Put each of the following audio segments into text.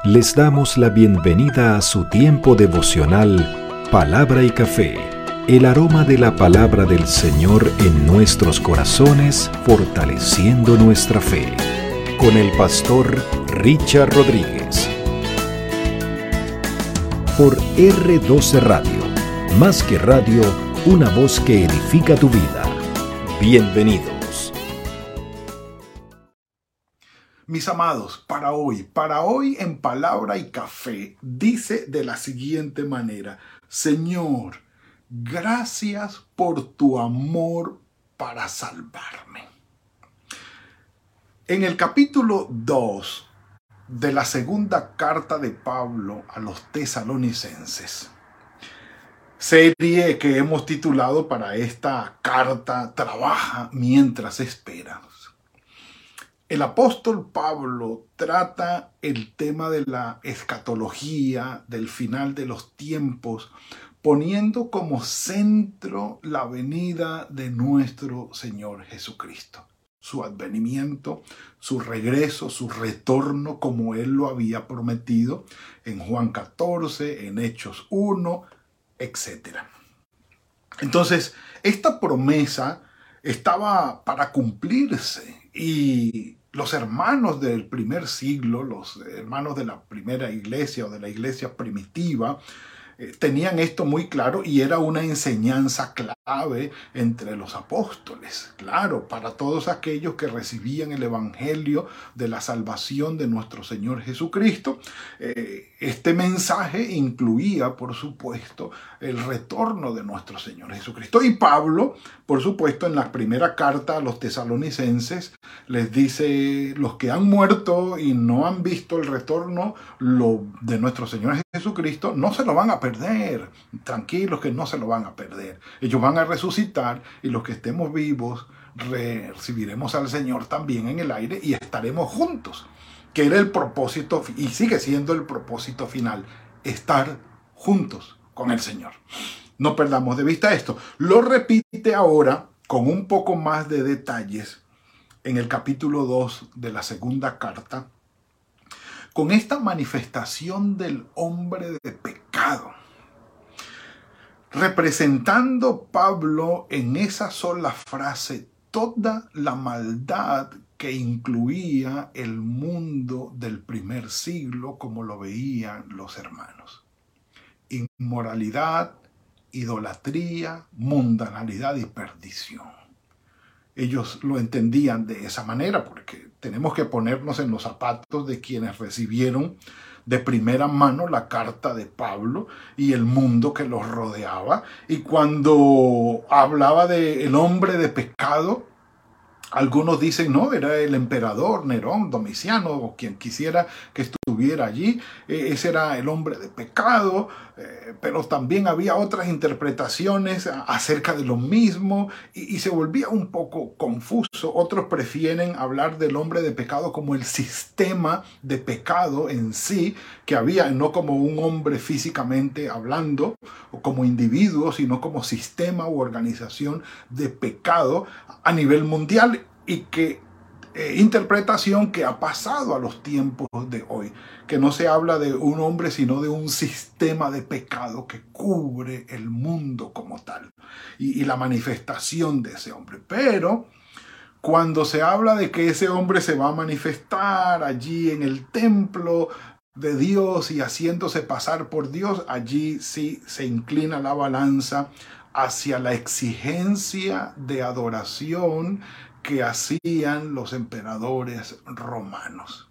Les damos la bienvenida a su tiempo devocional Palabra y Café, el aroma de la palabra del Señor en nuestros corazones, fortaleciendo nuestra fe. Con el pastor Richard Rodríguez. Por R12 Radio, más que radio, una voz que edifica tu vida. Bienvenidos. Mis amados, para hoy en Palabra y Café, dice de la siguiente manera: Señor, gracias por tu amor para salvarme. En el capítulo 2 de la segunda carta de Pablo a los tesalonicenses, serie que hemos titulado para esta carta Trabaja mientras esperas, el apóstol Pablo trata el tema de la escatología, del final de los tiempos, poniendo como centro la venida de nuestro Señor Jesucristo, su advenimiento, su regreso, su retorno, como Él lo había prometido en Juan 14, en Hechos 1, etc. Entonces, esta promesa estaba para cumplirse y los hermanos del primer siglo, los hermanos de la primera iglesia o de la iglesia primitiva, tenían esto muy claro y era una enseñanza clave entre los apóstoles. Claro, para todos aquellos que recibían el evangelio de la salvación de nuestro Señor Jesucristo, este mensaje incluía, por supuesto, el retorno de nuestro Señor Jesucristo. Y Pablo, por supuesto, en la primera carta a los tesalonicenses, les dice: los que han muerto y no han visto el retorno de nuestro Señor Jesucristo, no se lo van a perder. Tranquilos que no se lo van a perder. Ellos van a resucitar y los que estemos vivos recibiremos al Señor también en el aire y estaremos juntos. Que era el propósito y sigue siendo el propósito final, estar juntos con el Señor. No perdamos de vista esto. Lo repite ahora con un poco más de detalles en el capítulo 2 de la segunda carta, con esta manifestación del hombre de pecado, representando Pablo en esa sola frase toda la maldad que incluía el mundo del primer siglo como lo veían los hermanos. Inmoralidad, idolatría, mundanalidad y perdición. Ellos lo entendían de esa manera porque tenemos que ponernos en los zapatos de quienes recibieron de primera mano la carta de Pablo y el mundo que los rodeaba. Y cuando hablaba del hombre de pecado, algunos dicen, no, era el emperador Nerón, Domiciano, o quien quisiera que estuviera allí. Ese era el hombre de pecado, pero también había otras interpretaciones acerca de lo mismo y se volvía un poco confuso. Otros prefieren hablar del hombre de pecado como el sistema de pecado en sí que había, no como un hombre físicamente hablando o como individuo, sino como sistema u organización de pecado a nivel mundial, y que interpretación que ha pasado a los tiempos de hoy, que no se habla de un hombre sino de un sistema de pecado que cubre el mundo como tal y la manifestación de ese hombre. Pero cuando se habla de que ese hombre se va a manifestar allí en el templo de Dios y haciéndose pasar por Dios, allí sí se inclina la balanza hacia la exigencia de adoración que hacían los emperadores romanos.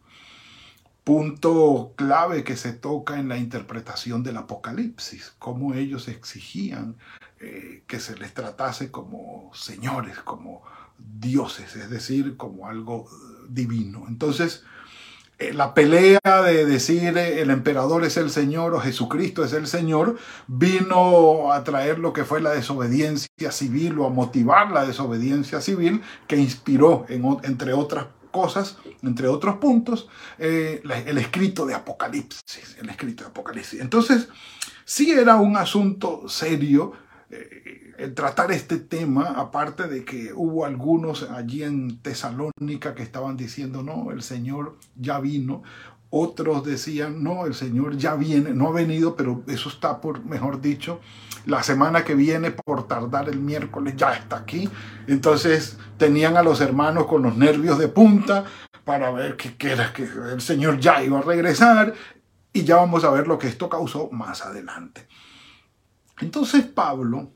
Punto clave que se toca en la interpretación del Apocalipsis, cómo ellos exigían que se les tratase como señores, como dioses, es decir, como algo divino. Entonces, la pelea de decir el emperador es el Señor o Jesucristo es el Señor vino a traer lo que fue la desobediencia civil o a motivar la desobediencia civil que inspiró, entre otras cosas, entre otros puntos, el escrito de Apocalipsis. Entonces, sí era un asunto serio el tratar este tema, aparte de que hubo algunos allí en Tesalónica que estaban diciendo, no, el Señor ya vino. Otros decían, no, el Señor ya viene, no ha venido, pero eso está por, mejor dicho, la semana que viene, por tardar el miércoles, ya está aquí. Entonces tenían a los hermanos con los nervios de punta para ver que el Señor ya iba a regresar, y ya vamos a ver lo que esto causó más adelante. Entonces Pablo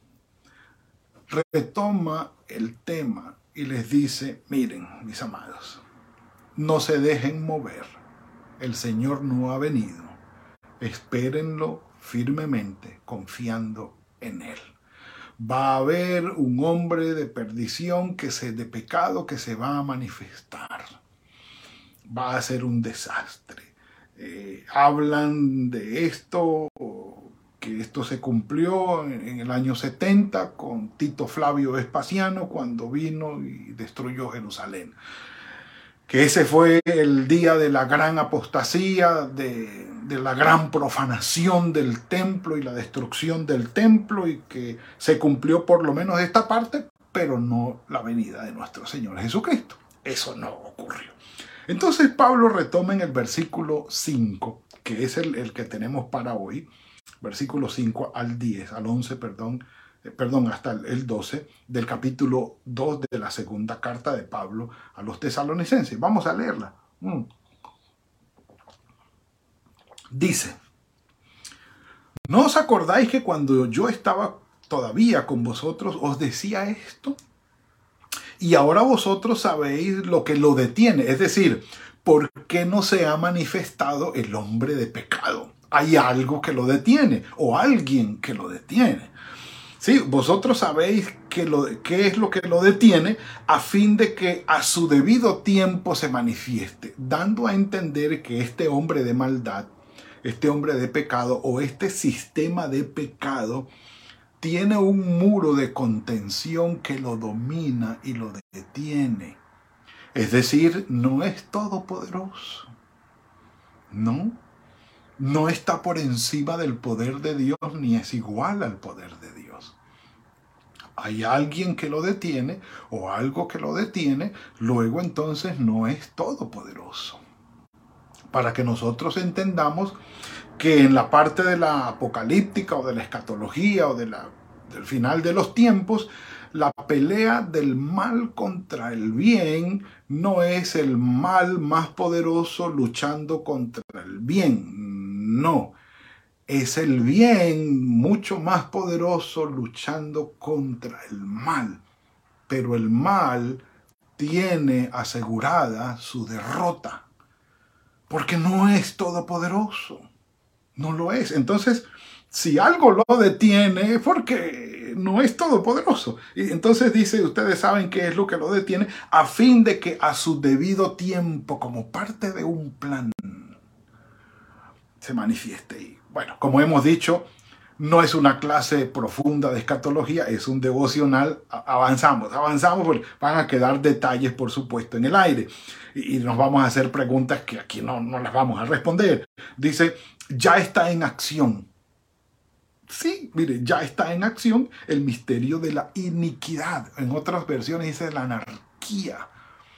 retoma el tema y les dice, miren, mis amados, no se dejen mover, el Señor no ha venido, espérenlo firmemente, confiando en Él. Va a haber un hombre de perdición, de pecado, que se va a manifestar. Va a ser un desastre. Hablan de esto, que esto se cumplió en el año 70 con Tito Flavio Vespasiano, cuando vino y destruyó Jerusalén. Que ese fue el día de la gran apostasía, de la gran profanación del templo y la destrucción del templo, y que se cumplió por lo menos esta parte, pero no la venida de nuestro Señor Jesucristo. Eso no ocurrió. Entonces Pablo retoma en el versículo 5, que es el que tenemos para hoy, versículo 5 al 10, al 11, perdón, hasta el 12 del capítulo 2 de la segunda carta de Pablo a los tesalonicenses. Vamos a leerla. Dice, ¿no os acordáis que cuando yo estaba todavía con vosotros os decía esto? Y ahora vosotros sabéis lo que lo detiene, es decir, ¿por qué no se ha manifestado el hombre de pecado? Hay algo que lo detiene, o alguien que lo detiene. Sí, vosotros sabéis qué es lo que lo detiene, a fin de que a su debido tiempo se manifieste, dando a entender que este hombre de maldad, este hombre de pecado, o este sistema de pecado, tiene un muro de contención que lo domina y lo detiene. Es decir, no es todopoderoso. No está por encima del poder de Dios, ni es igual al poder de Dios. Hay alguien que lo detiene, o algo que lo detiene, luego entonces no es todopoderoso. Para que nosotros entendamos que en la parte de la apocalíptica, o de la escatología, o del final de los tiempos, la pelea del mal contra el bien no es el mal más poderoso luchando contra el bien. No, es el bien mucho más poderoso luchando contra el mal. Pero el mal tiene asegurada su derrota, porque no es todopoderoso. No lo es. Entonces, si algo lo detiene, es porque no es todopoderoso. Y entonces dice, ustedes saben qué es lo que lo detiene, a fin de que a su debido tiempo, como parte de un plan, se manifieste. Y bueno, como hemos dicho, no es una clase profunda de escatología, es un devocional. Avanzamos, porque van a quedar detalles, por supuesto, en el aire. Y nos vamos a hacer preguntas que aquí no las vamos a responder. Dice, ya está en acción. Sí, mire, ya está en acción el misterio de la iniquidad. En otras versiones dice la anarquía.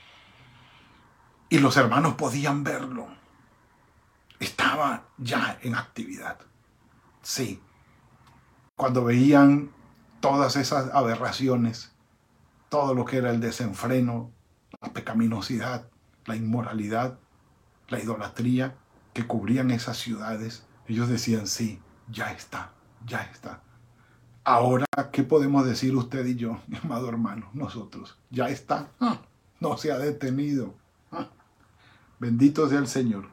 Y los hermanos podían verlo. Estaba ya en actividad. Sí. Cuando veían todas esas aberraciones, todo lo que era el desenfreno, la pecaminosidad, la inmoralidad, la idolatría que cubrían esas ciudades, ellos decían, sí, ya está. Ahora, ¿qué podemos decir usted y yo, mi amado hermano? Nosotros, ya está. No se ha detenido. Bendito sea el Señor.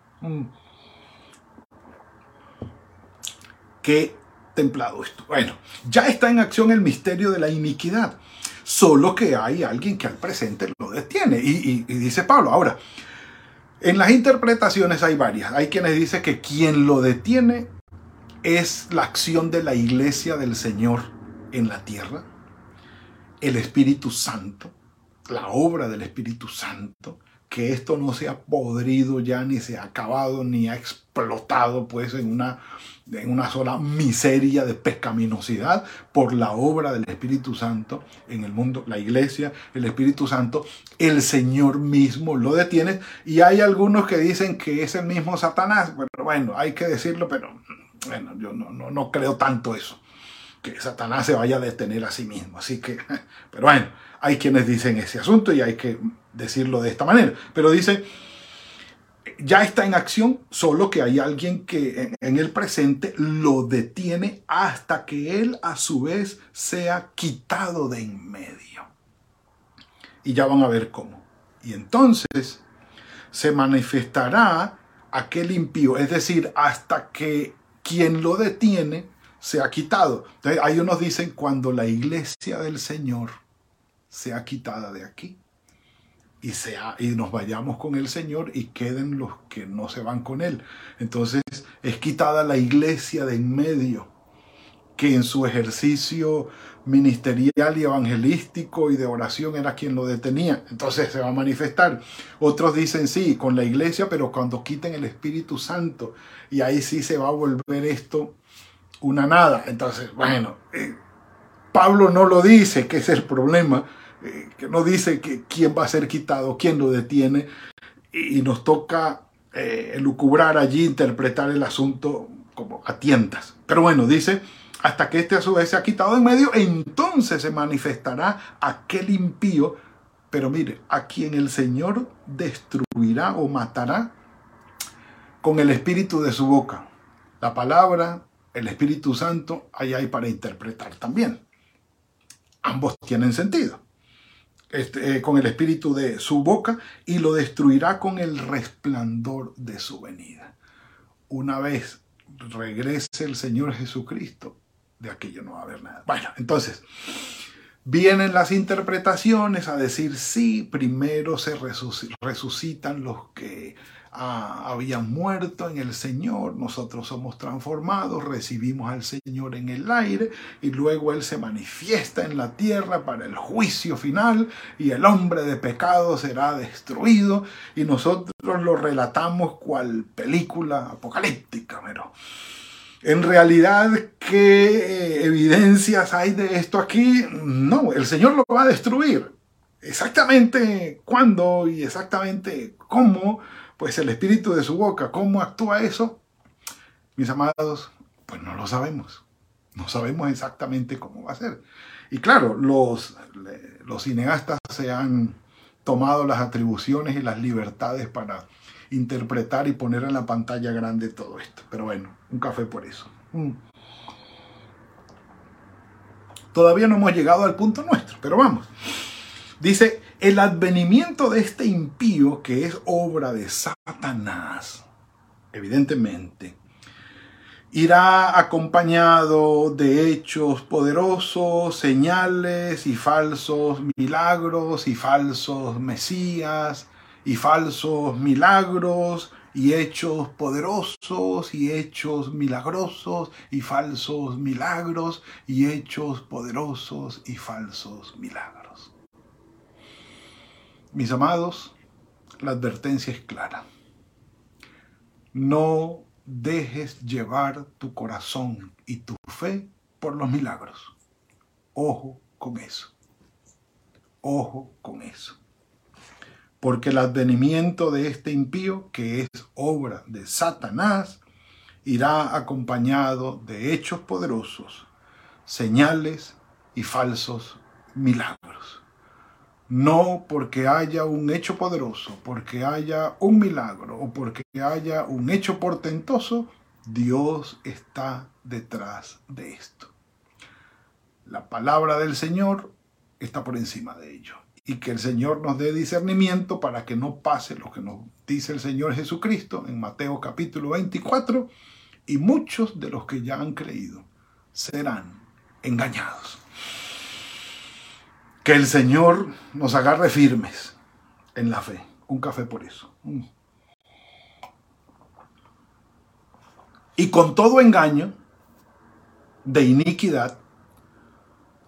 Qué templado esto. Bueno, ya está en acción el misterio de la iniquidad. Solo que hay alguien que al presente lo detiene. Y dice Pablo, ahora, en las interpretaciones hay varias. Hay quienes dicen que quien lo detiene es la acción de la iglesia del Señor en la tierra, el Espíritu Santo, la obra del Espíritu Santo, que esto no se ha podrido ya, ni se ha acabado, ni ha explotado pues en una sola miseria de pecaminosidad por la obra del Espíritu Santo en el mundo, la iglesia, el Espíritu Santo, el Señor mismo lo detiene. Y hay algunos que dicen que es el mismo Satanás. Bueno, hay que decirlo, pero bueno, yo no creo tanto eso, que Satanás se vaya a detener a sí mismo. Así que, pero bueno, hay quienes dicen ese asunto y hay que decirlo de esta manera. Pero dice, ya está en acción, solo que hay alguien que en el presente lo detiene hasta que él a su vez sea quitado de en medio. Y ya van a ver cómo. Y entonces se manifestará aquel impío, es decir, hasta que quien lo detiene sea quitado. Entonces, hay unos dicen cuando la iglesia del Señor sea quitada de aquí y nos vayamos con el Señor y queden los que no se van con Él. Entonces es quitada la iglesia de en medio, que en su ejercicio ministerial y evangelístico y de oración era quien lo detenía. Entonces se va a manifestar. Otros dicen sí, con la iglesia, pero cuando quiten el Espíritu Santo, y ahí sí se va a volver esto una nada. Entonces, bueno, Pablo no lo dice, que es el problema, que no dice que quién va a ser quitado, quién lo detiene, y nos toca elucubrar allí, interpretar el asunto como a tientas. Pero bueno, dice, hasta que este a su vez se ha quitado en medio, entonces se manifestará aquel impío, pero mire, a quien el Señor destruirá o matará con el espíritu de su boca. La palabra, el Espíritu Santo, ahí hay para interpretar también. Ambos tienen sentido. Con el espíritu de su boca, y lo destruirá con el resplandor de su venida. Una vez regrese el Señor Jesucristo, de aquello no va a haber nada. Bueno, entonces vienen las interpretaciones a decir sí, primero se resucitan los que habían muerto en el Señor, nosotros somos transformados, recibimos al Señor en el aire y luego Él se manifiesta en la tierra para el juicio final y el hombre de pecado será destruido y nosotros lo relatamos cual película apocalíptica. Pero en realidad, ¿qué evidencias hay de esto aquí? No, el Señor lo va a destruir. Exactamente cuándo y exactamente cómo, pues el espíritu de su boca, ¿cómo actúa eso? Mis amados, pues no lo sabemos. No sabemos exactamente cómo va a ser. Y claro, los cineastas se han tomado las atribuciones y las libertades para interpretar y poner en la pantalla grande todo esto. Pero bueno, un café por eso. Todavía no hemos llegado al punto nuestro, pero vamos. Dice, el advenimiento de este impío, que es obra de Satanás, evidentemente, irá acompañado de hechos poderosos, señales y falsos milagros y falsos mesías y falsos milagros y hechos poderosos y hechos milagrosos y falsos milagros y hechos poderosos y falsos milagros. Mis amados, la advertencia es clara. No dejes llevar tu corazón y tu fe por los milagros. Ojo con eso. Ojo con eso. Porque el advenimiento de este impío, que es obra de Satanás, irá acompañado de hechos poderosos, señales y falsos milagros. No porque haya un hecho poderoso, porque haya un milagro o porque haya un hecho portentoso, Dios está detrás de esto. La palabra del Señor está por encima de ello. Y que el Señor nos dé discernimiento para que no pase lo que nos dice el Señor Jesucristo en Mateo capítulo 24, y muchos de los que ya han creído serán engañados. Que el Señor nos agarre firmes en la fe. Un café por eso. Y con todo engaño de iniquidad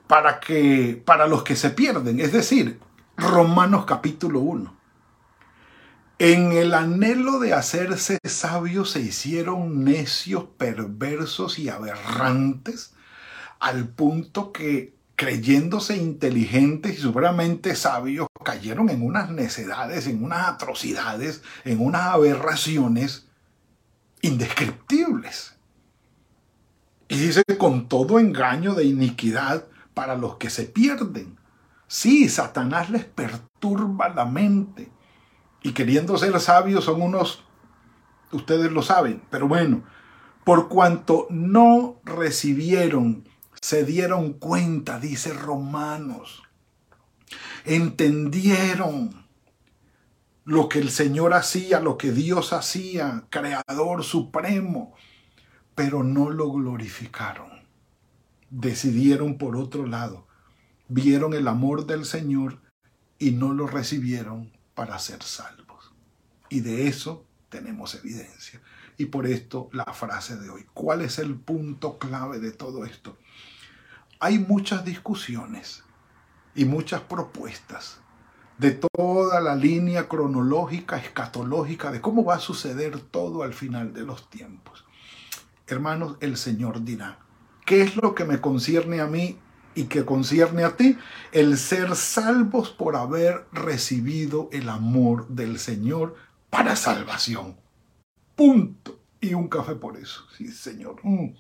para los que se pierden. Es decir, Romanos capítulo 1. En el anhelo de hacerse sabios se hicieron necios, perversos y aberrantes, al punto que, creyéndose inteligentes y supremamente sabios, cayeron en unas necedades, en unas atrocidades, en unas aberraciones indescriptibles. Y dice, con todo engaño de iniquidad para los que se pierden. Sí, Satanás les perturba la mente. Y queriendo ser sabios son unos, ustedes lo saben, pero bueno, por cuanto no recibieron, se dieron cuenta, dice Romanos, entendieron lo que el Señor hacía, lo que Dios hacía, Creador supremo, pero no lo glorificaron. Decidieron por otro lado, vieron el amor del Señor y no lo recibieron para ser salvos. Y de eso tenemos evidencia. Y por esto la frase de hoy. ¿Cuál es el punto clave de todo esto? Hay muchas discusiones y muchas propuestas de toda la línea cronológica, escatológica, de cómo va a suceder todo al final de los tiempos. Hermanos, el Señor dirá, ¿qué es lo que me concierne a mí y que concierne a ti? El ser salvos por haber recibido el amor del Señor para salvación. Punto. Y un café por eso. Sí, Señor.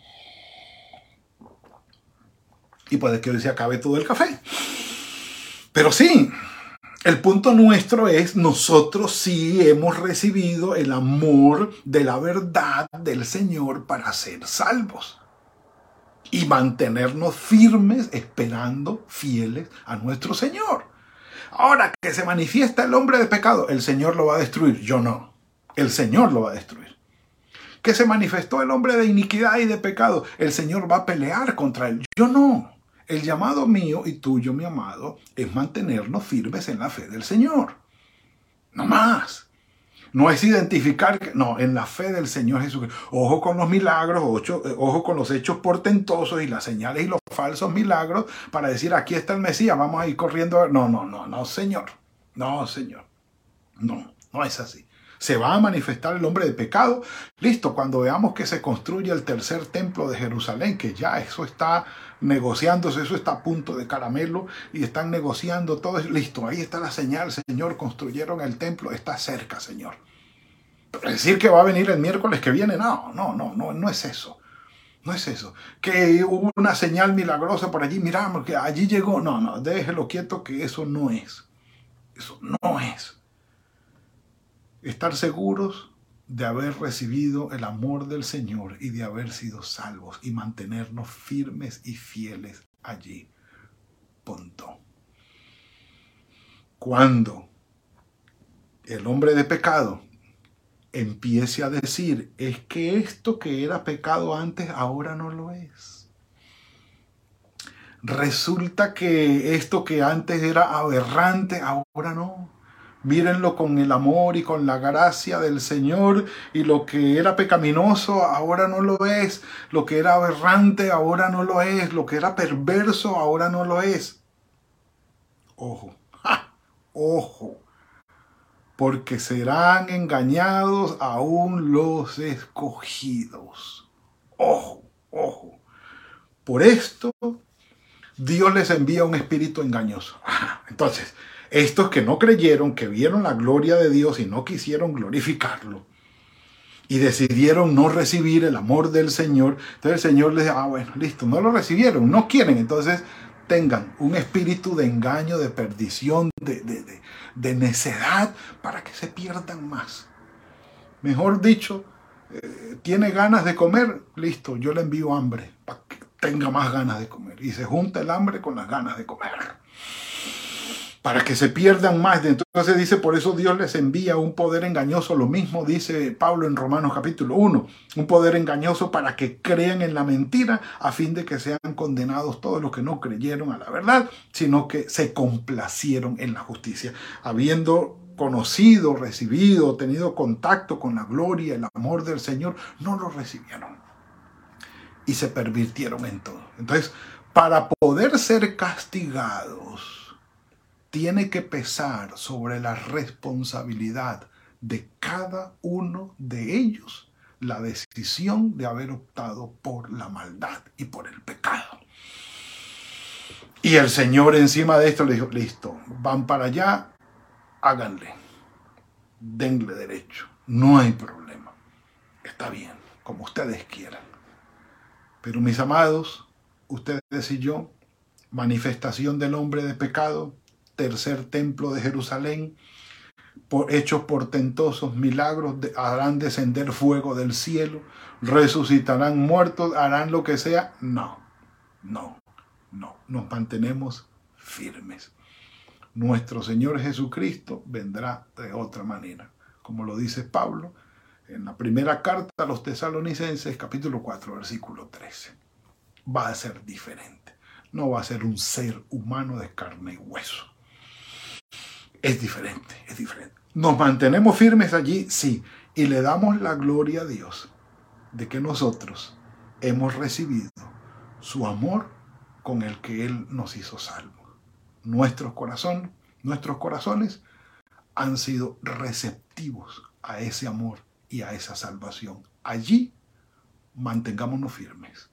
Y puede que hoy se acabe todo el café. Pero sí, el punto nuestro es, nosotros sí hemos recibido el amor de la verdad del Señor para ser salvos. Y mantenernos firmes, esperando, fieles a nuestro Señor. Ahora que se manifiesta el hombre de pecado, el Señor lo va a destruir. Yo no. El Señor lo va a destruir. Que se manifestó el hombre de iniquidad y de pecado, el Señor va a pelear contra él. Yo no. El llamado mío y tuyo, mi amado, es mantenernos firmes en la fe del Señor. No más. No es identificar, no, en la fe del Señor Jesucristo. Ojo con los milagros, ojo con los hechos portentosos y las señales y los falsos milagros para decir, aquí está el Mesías, vamos a ir corriendo a ver. No, Señor. No, Señor. No es así. Se va a manifestar el hombre de pecado. Listo, cuando veamos que se construye el tercer templo de Jerusalén, que ya eso está negociándose, eso está a punto de caramelo y están negociando todo eso. Listo, ahí está la señal, Señor, construyeron el templo, está cerca, Señor. Pero decir que va a venir el miércoles que viene, no es eso. No es eso. Que hubo una señal milagrosa por allí, miramos que allí llegó. No, déjelo quieto que eso no es. Eso no es. Estar seguros de haber recibido el amor del Señor y de haber sido salvos y mantenernos firmes y fieles allí. Punto. Cuando el hombre de pecado empiece a decir, es que esto que era pecado antes ahora no lo es. Resulta que esto que antes era aberrante ahora no. Mírenlo con el amor y con la gracia del Señor, y lo que era pecaminoso ahora no lo es, lo que era aberrante ahora no lo es, lo que era perverso ahora no lo es. Ojo, ojo, porque serán engañados aún los escogidos. Ojo. Por esto Dios les envía un espíritu engañoso. Entonces, estos que no creyeron, que vieron la gloria de Dios y no quisieron glorificarlo, y decidieron no recibir el amor del Señor, entonces el Señor les dice, bueno, listo, no lo recibieron, no quieren, entonces tengan un espíritu de engaño, de perdición, de necedad, para que se pierdan más. Mejor dicho, tiene ganas de comer, listo, yo le envío hambre, para que tenga más ganas de comer, y se junta el hambre con las ganas de comer. Para que se pierdan más. Entonces dice, por eso Dios les envía un poder engañoso. Lo mismo dice Pablo en Romanos capítulo 1. Un poder engañoso para que crean en la mentira, a fin de que sean condenados todos los que no creyeron a la verdad, sino que se complacieron en la justicia. Habiendo conocido, recibido, tenido contacto con la gloria, el amor del Señor, no lo recibieron. Y se pervirtieron en todo. Entonces, para poder ser castigados, tiene que pesar sobre la responsabilidad de cada uno de ellos la decisión de haber optado por la maldad y por el pecado. Y el Señor encima de esto le dijo, listo, van para allá, háganle, denle derecho, no hay problema, está bien, como ustedes quieran. Pero mis amados, ustedes y yo, manifestación del hombre de pecado, tercer templo de Jerusalén, por hechos portentosos, milagros, harán descender fuego del cielo, resucitarán muertos, harán lo que sea. No, nos mantenemos firmes. Nuestro Señor Jesucristo vendrá de otra manera, como lo dice Pablo en la primera carta a los Tesalonicenses, capítulo 4, versículo 13. Va a ser diferente. No va a ser un ser humano de carne y hueso. Es diferente. Nos mantenemos firmes allí, sí, y le damos la gloria a Dios de que nosotros hemos recibido su amor con el que Él nos hizo salvos. Nuestros corazones han sido receptivos a ese amor y a esa salvación. Allí mantengámonos firmes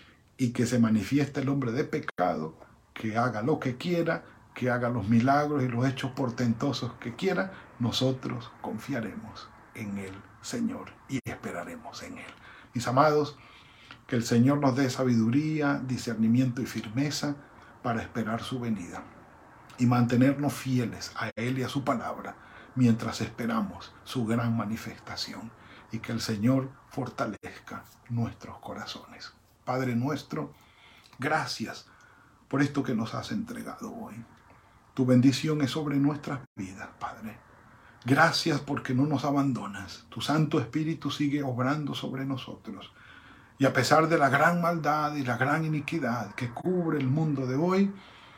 y que se manifieste el hombre de pecado, que haga lo que quiera, que haga los milagros y los hechos portentosos que quiera. Nosotros confiaremos en el Señor y esperaremos en Él. Mis amados, que el Señor nos dé sabiduría, discernimiento y firmeza para esperar su venida y mantenernos fieles a Él y a su palabra mientras esperamos su gran manifestación, y que el Señor fortalezca nuestros corazones. Padre nuestro, gracias por esto que nos has entregado hoy. Tu bendición es sobre nuestras vidas, Padre. Gracias porque no nos abandonas. Tu Santo Espíritu sigue obrando sobre nosotros. Y a pesar de la gran maldad y la gran iniquidad que cubre el mundo de hoy,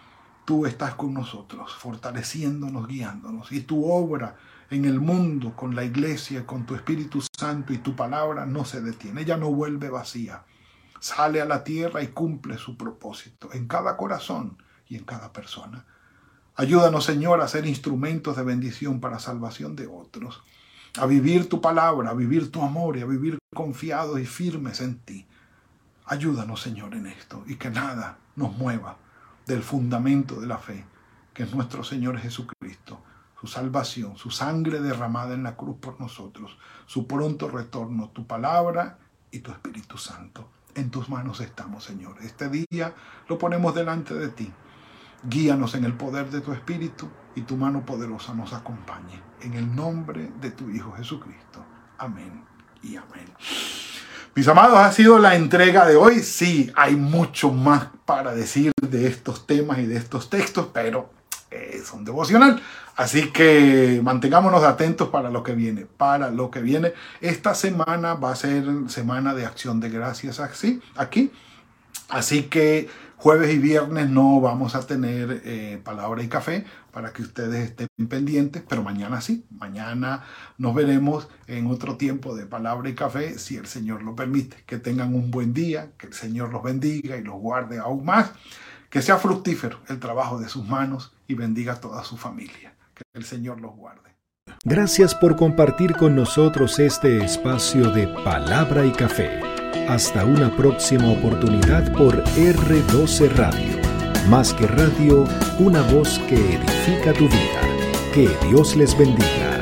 tú estás con nosotros, fortaleciéndonos, guiándonos. Y tu obra en el mundo, con la iglesia, con tu Espíritu Santo y tu palabra, no se detiene. Ella no vuelve vacía. Sale a la tierra y cumple su propósito en cada corazón y en cada persona. Ayúdanos, Señor, a ser instrumentos de bendición para salvación de otros, a vivir tu palabra, a vivir tu amor y a vivir confiados y firmes en ti. Ayúdanos, Señor, en esto, y que nada nos mueva del fundamento de la fe, que es nuestro Señor Jesucristo, su salvación, su sangre derramada en la cruz por nosotros, su pronto retorno, tu palabra y tu Espíritu Santo. En tus manos estamos, Señor. Este día lo ponemos delante de ti. Guíanos en el poder de tu Espíritu y tu mano poderosa nos acompañe. En el nombre de tu Hijo Jesucristo. Amén y amén. Mis amados, ha sido la entrega de hoy. Sí, hay mucho más para decir de estos temas y de estos textos, pero es un devocional. Así que mantengámonos atentos para lo que viene. Esta semana va a ser semana de acción de gracias aquí. Así que jueves y viernes no vamos a tener palabra y café para que ustedes estén pendientes, pero mañana sí. Mañana nos veremos en otro tiempo de palabra y café, si el Señor lo permite. Que tengan un buen día, que el Señor los bendiga y los guarde aún más. Que sea fructífero el trabajo de sus manos y bendiga a toda su familia. Que el Señor los guarde. Gracias por compartir con nosotros este espacio de Palabra y Café. Hasta una próxima oportunidad por R12 Radio. Más que radio, una voz que edifica tu vida. Que Dios les bendiga.